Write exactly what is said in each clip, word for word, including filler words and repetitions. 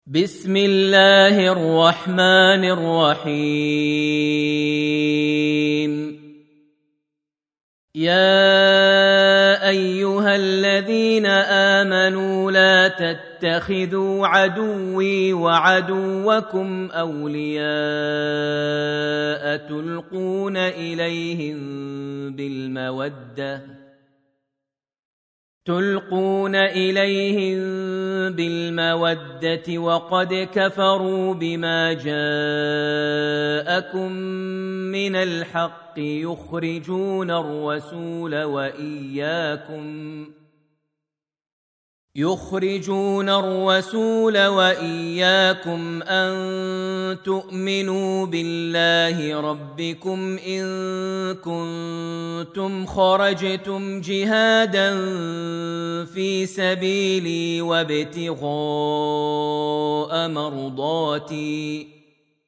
بسم الله الرحمن الرحيم يا أيها الذين آمنوا لا تتخذوا عدوي وعدوكم أولياء تلقون إليهم بالمودة تلقون إليهم بالمودة وقد كفروا بما جاءكم من الحق يخرجون الرسول وإياكم يخرجون الرسول وإياكم أن تؤمنوا بالله ربكم إن كنتم خرجتم جهادا في سبيلي وابتغاء مرضاتي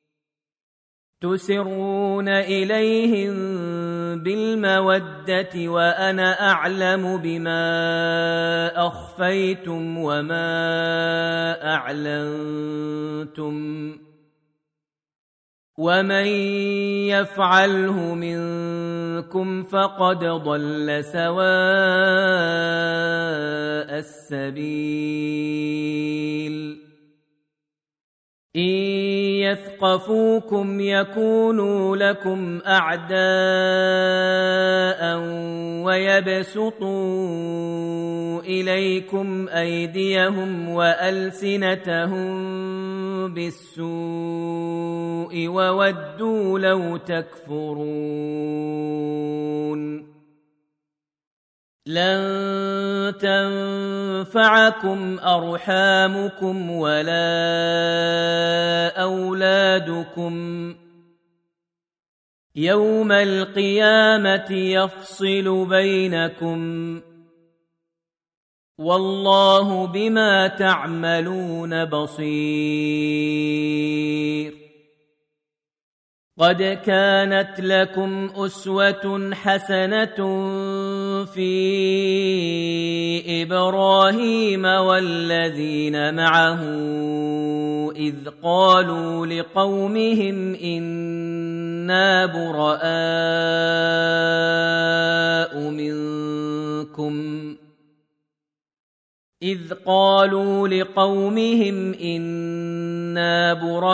تسرون إليهم بالمودة وأنا أعلم بما أخفيتم وما أعلنتم ومن يفعله منكم فقد ضل سواء السبيل إن يثقفوكم يكونوا لكم أعداء ويبسطوا إليكم أيديهم وألسنتهم بالسوء وودوا لو تكفرون لن تنفعكم أرحامكم ولا أولادكم يوم القيامة يفصل بينكم والله بما تعملون بصير قد كانت لكم أسوة حسنة في إبراهيم والذين معه إذ قالوا لقومهم إنا براء منكم إذ قالوا لقومهم إنا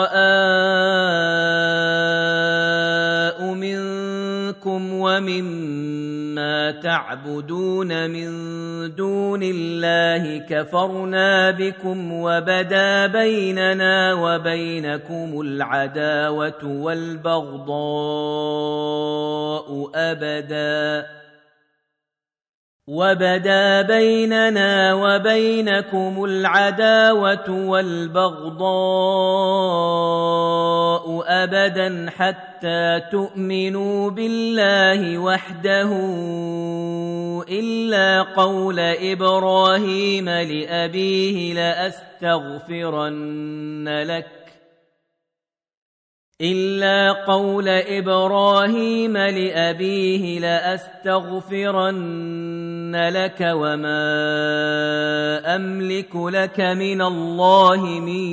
براء منكم ومما تعبدون من دون الله كفرنا بكم وبدا بيننا وبينكم العداوة والبغضاء أبداً وبدا بيننا وبينكم العداوة والبغضاء أبدا حتى تؤمنوا بالله وحده إلا قول إبراهيم لأبيه لأستغفرن لك إلا قول إبراهيم لأبيه لأستغفرن لك وما أملك لك من الله من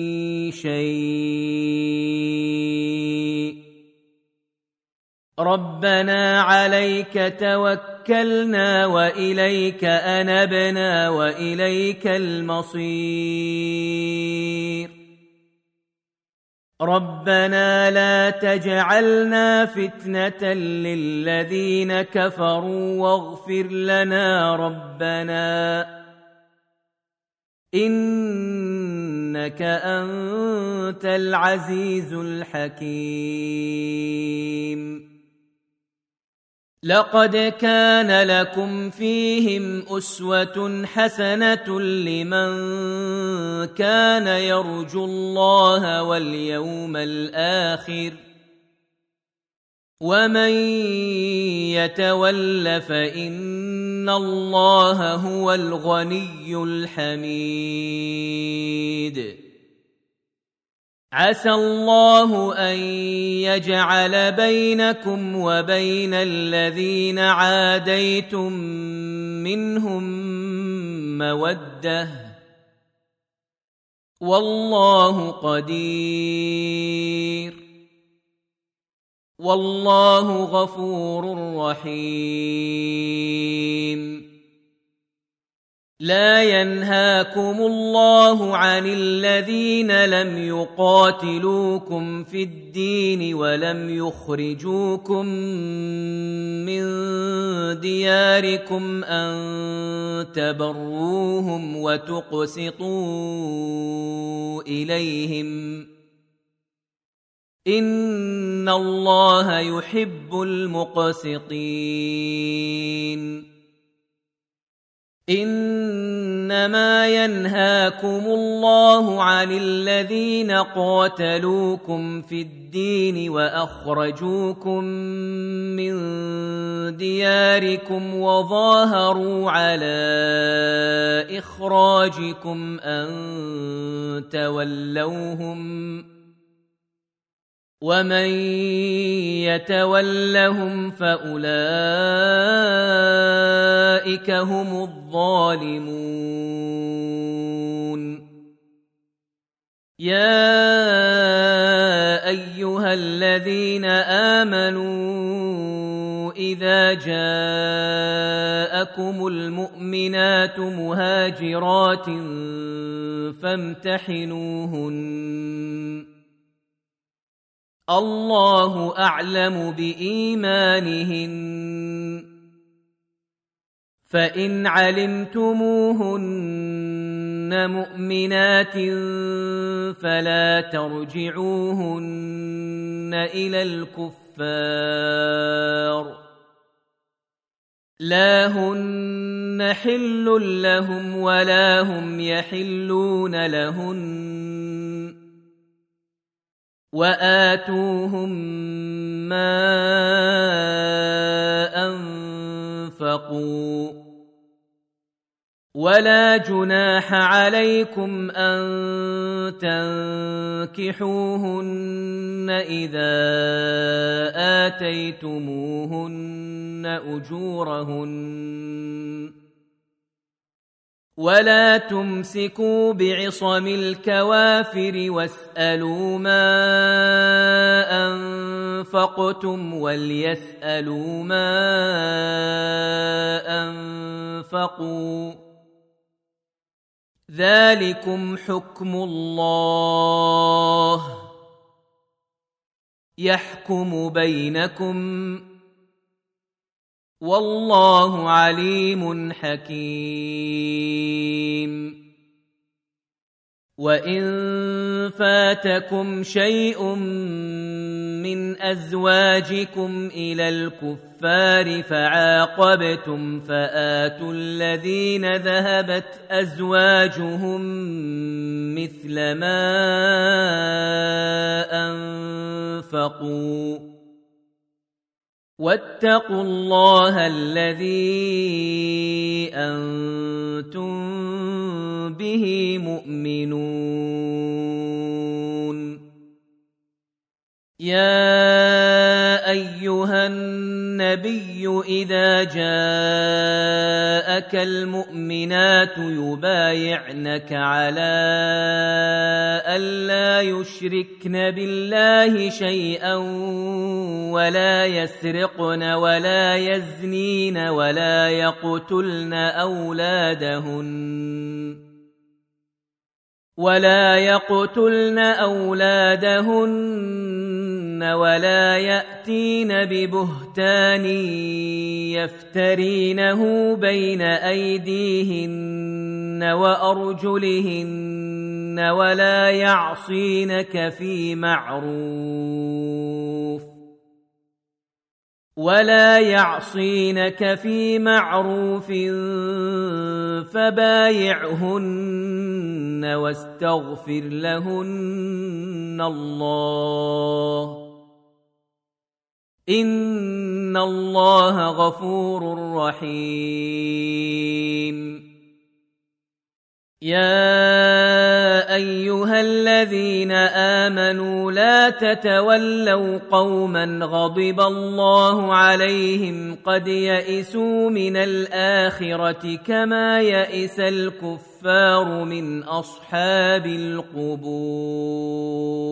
شيء ربنا عليك توكلنا وإليك أنبنا وإليك المصير ربنا لا تجعلنا فتنة للذين كفروا واغفر لنا ربنا إنك أنت العزيز الحكيم لقد كان لكم فيهم أسوة حسنة لمن كان يرجو الله واليوم الآخر ومن يتول فإن الله هو الغني الحميد عسى الله أن يجعل بينكم وبين الذين عاديتم منهم مودة والله قدير والله غفور رحيم. لا ينهاكم الله عن الذين لم يقاتلوكم في الدين ولم يخرجوكم من دياركم أن تبروهم وتقسطوا إليهم إن الله يحب المقسطين. إنما ينهاكم الله عن الذين قاتلوكم في الدين وأخرجوكم من دياركم وظاهروا على إخراجكم أن تولوهم ومن يتولهم فأولئك هم الظالمون. يا أيها الذين آمنوا إذا جاءكم المؤمنات مهاجرات فامتحنوهن الله أعلم بإيمانهن فإن علمتموهن مؤمنات فلا ترجعوهن إلى الكفار لا هن حل لهم ولا هم يحلون لهن وآتوهم ما أنفقوا ولا جناح عليكم أن تنكحوهن إذا آتيتموهن أجورهن ولا تمسكوا بعصم الكوافر واسألوا ما أنفقتم وليسألوا ما أنفقوا ذلكم حكم الله يحكم بينكم والله عليم حكيم. وإن فاتكم شيء من أزواجكم إلى الكفار فعاقبتم فآتوا الذين ذهبت أزواجهم مثل ما أنفقوا واتقوا الله الذي أنتم به مؤمنون. يا أيها النبي إذا جاءك المؤمنات يبايعنك على ألا يشركن بالله شيئا ولا يسرقن ولا يزنين ولا يقتلن أولادهن ولا يقتلن أولادهن ولا يأتين ببهتان يفترينه بين أيديهن وأرجلهن ولا يعصينك في معروف ولا يعصينك في معروف فبايعهن واستغفر لهن الله إن الله غفور رحيم. يا أيها الذين آمنوا لا تتولوا قوما غضب الله عليهم قد يئسوا من الآخرة كما يئس الكفار من أصحاب القبور.